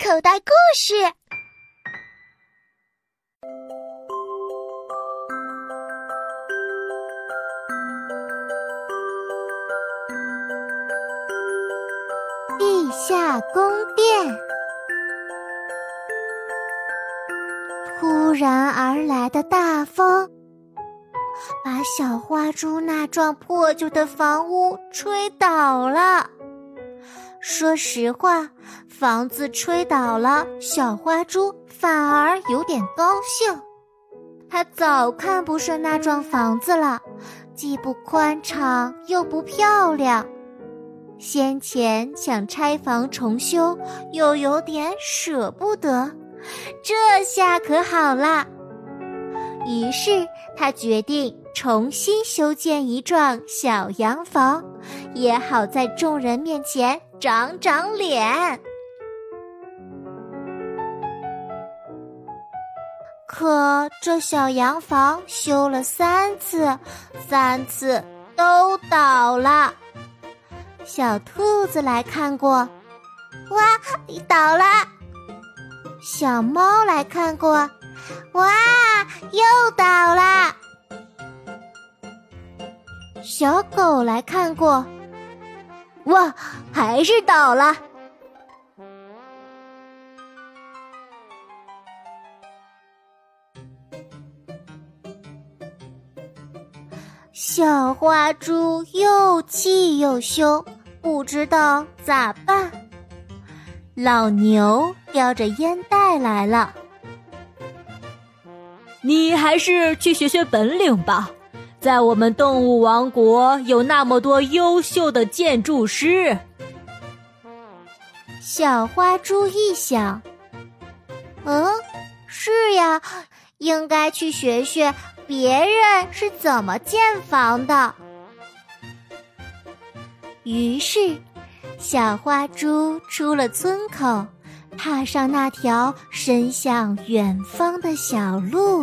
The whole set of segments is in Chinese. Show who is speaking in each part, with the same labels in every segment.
Speaker 1: 口袋故事。地下宫殿。突然而来的大风把小花猪那幢破旧的房屋吹倒了。说实话，房子吹倒了，小花猪反而有点高兴。她早看不顺那幢房子了，既不宽敞又不漂亮。先前想拆房重修，又有点舍不得，这下可好啦。于是他决定重新修建一幢小洋房，也好在众人面前长长脸。可这小洋房修了3次都倒了。小兔子来看过，哇，倒了。小猫来看过，哇，又倒了。小狗来看过，哇，还是倒了。小花猪又气又凶，不知道咋办。老牛叼着烟袋来了，
Speaker 2: 你还是去学学本领吧，在我们动物王国有那么多优秀的建筑师。
Speaker 1: 小花猪一想，是呀，应该去学学别人是怎么建房的。于是小花猪出了村口，踏上那条伸向远方的小路。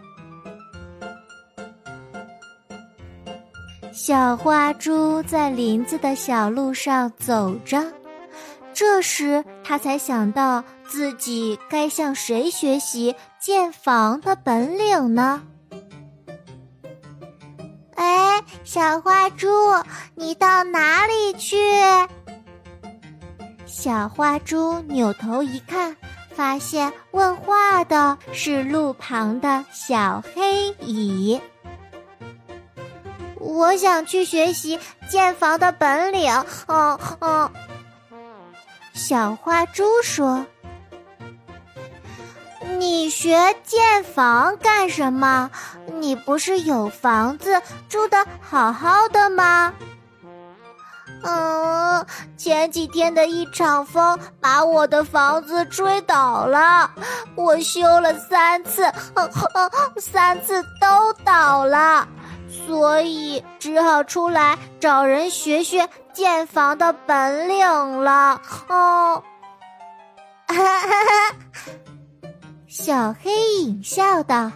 Speaker 1: 小花猪在林子的小路上走着，这时他才想到自己该向谁学习建房的本领呢？哎，小花猪，你到哪里去？小花猪扭头一看，发现问话的是路旁的小黑蚁。我想去学习建房的本领。小花猪说，你学建房干什么？你不是有房子住得好好的吗？前几天的一场风把我的房子吹倒了，我修了3次，3次都倒了，所以只好出来找人学学建房的本领了。小黑影笑道，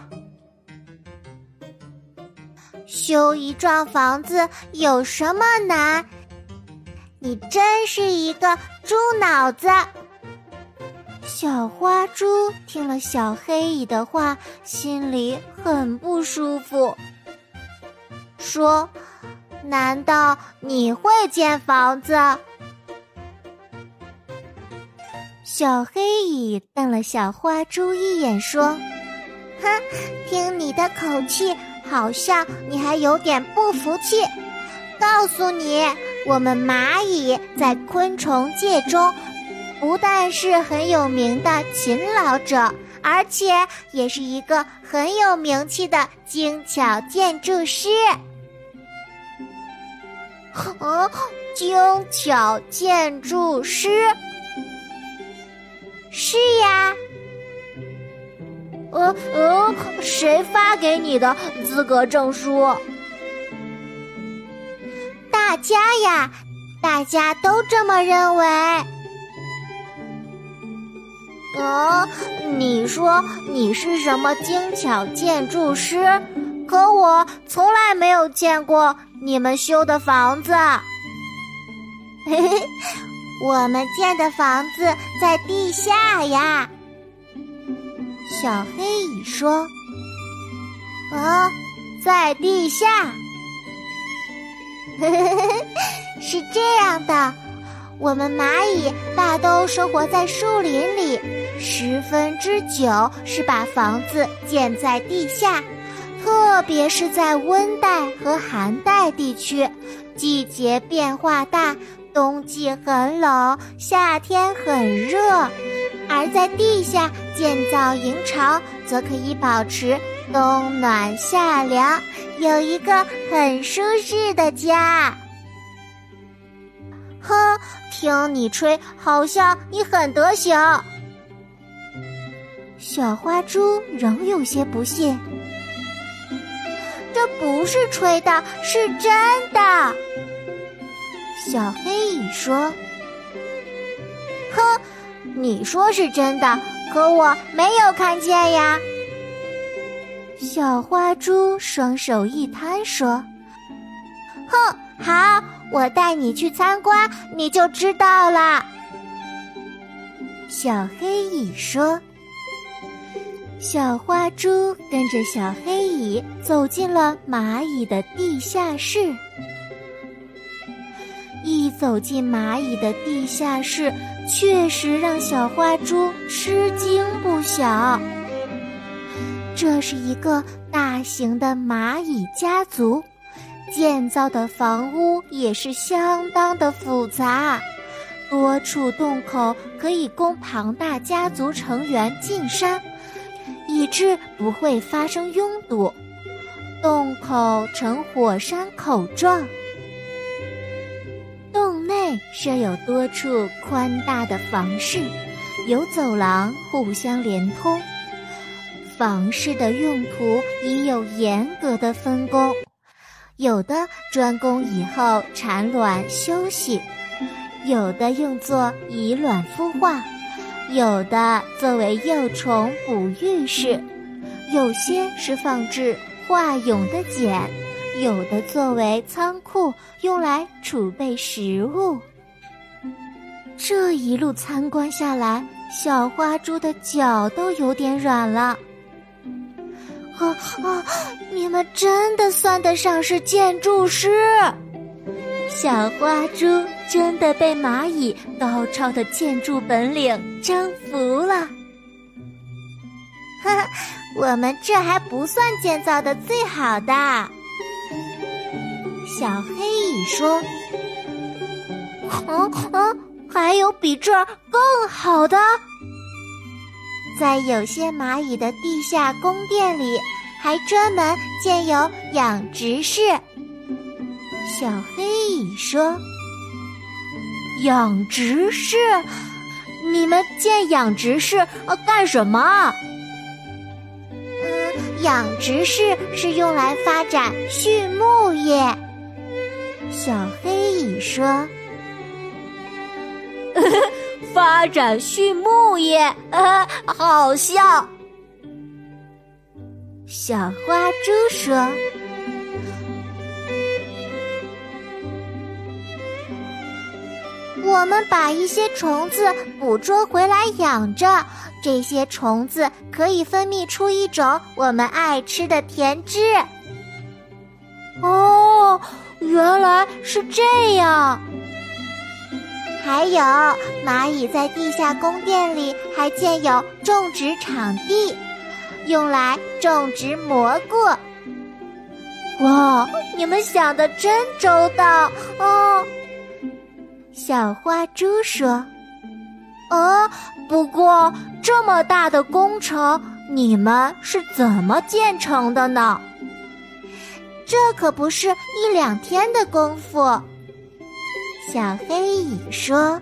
Speaker 1: 修一幢房子有什么难？你真是一个猪脑子。小花猪听了小黑蚁的话，心里很不舒服，说，难道你会建房子？小黑蚁瞪了小花猪一眼，说，听你的口气，好像你还有点不服气。告诉你，我们蚂蚁在昆虫界中不但是很有名的勤劳者，而且也是一个很有名气的精巧建筑师。精巧建筑师？是呀。谁发给你的资格证书？大家呀，大家都这么认为。你说你是什么精巧建筑师，可我从来没有见过你们修的房子。嘿嘿， 我们建的房子在地下呀。小黑蚁说：啊，在地下。是这样的，我们蚂蚁大都生活在树林里，9%是把房子建在地下，特别是在温带和寒带地区，季节变化大，冬季很冷，夏天很热。而在地下建造营巢，则可以保持冬暖夏凉，有一个很舒适的家。哼，听你吹，好像你很得享。小花猪仍有些不信。这不是吹的，是真的。小黑蚁说：哼，你说是真的，可我没有看见呀。小花猪双手一摊说：哼，好，我带你去参观，你就知道了。小黑蚁说。小花猪跟着小黑蚁走进了蚂蚁的地下室。一走进蚂蚁的地下室，确实让小花猪吃惊不小。这是一个大型的蚂蚁家族，建造的房屋也是相当的复杂，多处洞口可以供庞大家族成员进山，以致不会发生拥堵。洞口呈火山口状，洞内设有多处宽大的房室，有走廊互相连通。房室的用途已有严格的分工，有的专供蚁后产卵休息，有的用作以卵孵化，有的作为幼虫哺育室，有些是放置化蛹的茧，有的作为仓库，用来储备食物。这一路参观下来，小花猪的脚都有点软了。你们真的算得上是建筑师！小花猪真的被蚂蚁高超的建筑本领征服了。我们这还不算建造的最好的。小黑蚁说：还有比这儿更好的？在有些蚂蚁的地下宫殿里，还专门建有养殖室。小黑蚁说：养殖室？你们建养殖室干什么？养殖室是用来发展畜牧业。小黑蚁说：发展畜牧业，好笑。小花猪说：我们把一些虫子捕捉回来养着，这些虫子可以分泌出一种我们爱吃的甜汁。哦，原来是这样。还有，蚂蚁在地下宫殿里还建有种植场地，用来种植蘑菇。哇，你们想得真周到哦！小花猪说：不过这么大的工程，你们是怎么建成的呢？这可不是1-2天的功夫。小黑蚁说：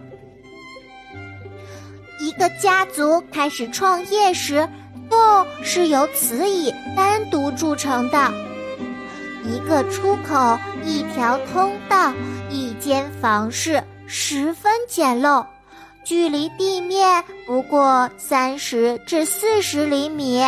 Speaker 1: 一个家族开始创业时，洞是由雌蚁单独筑成的，一个出口，一条通道，一间房室，十分简陋，距离地面不过30至40厘米。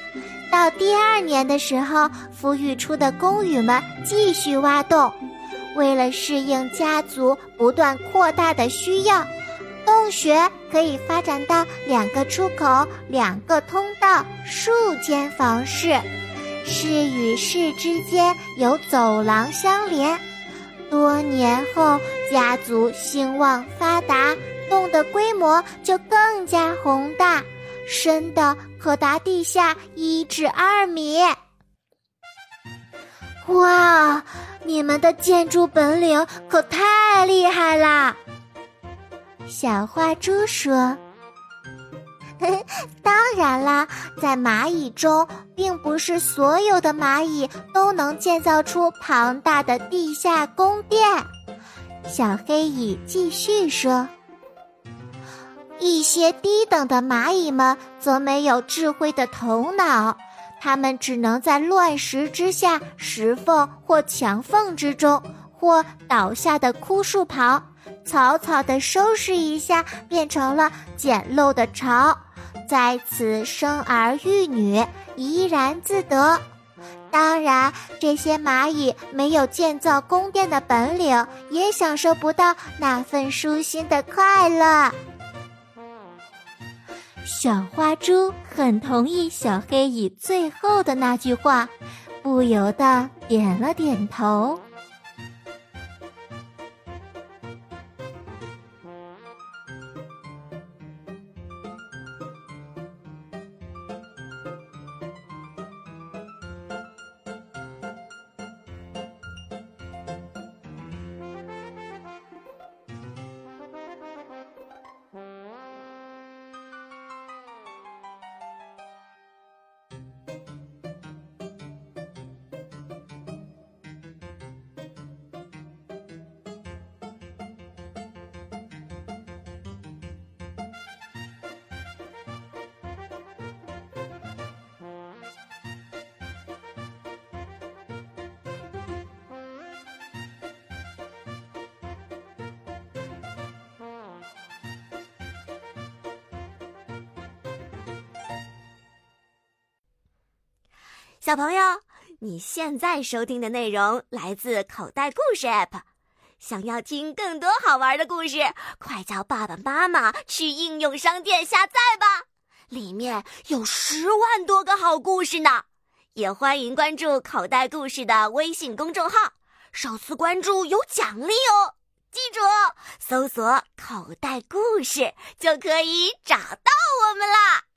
Speaker 1: 到第2年的时候，孵育出的公羽们继续挖洞， 为了适应家族不断扩大的需要，洞穴可以发展到2个出口、2个通道、数间房室，室与室之间有走廊相连。多年后，家族兴旺发达，洞的规模就更加宏大，深的可达地下1至2米。哇，你们的建筑本领可太厉害啦！小花猪说。当然啦，在蚂蚁中，并不是所有的蚂蚁都能建造出庞大的地下宫殿。小黑蚁继续说，一些低等的蚂蚁们则没有智慧的头脑，它们只能在乱石之下、石缝或墙缝之中，或倒下的枯树旁，草草地收拾一下，变成了简陋的巢，在此生儿育女，怡然自得。当然，这些蚂蚁没有建造宫殿的本领，也享受不到那份舒心的快乐。小花猪很同意小黑蚁最后的那句话，不由得点了点头。
Speaker 3: 小朋友，你现在收听的内容来自口袋故事 App。想要听更多好玩的故事，快叫爸爸妈妈去应用商店下载吧，里面有10万多个好故事呢。也欢迎关注口袋故事的微信公众号，首次关注有奖励哦。记住，搜索口袋故事就可以找到我们啦。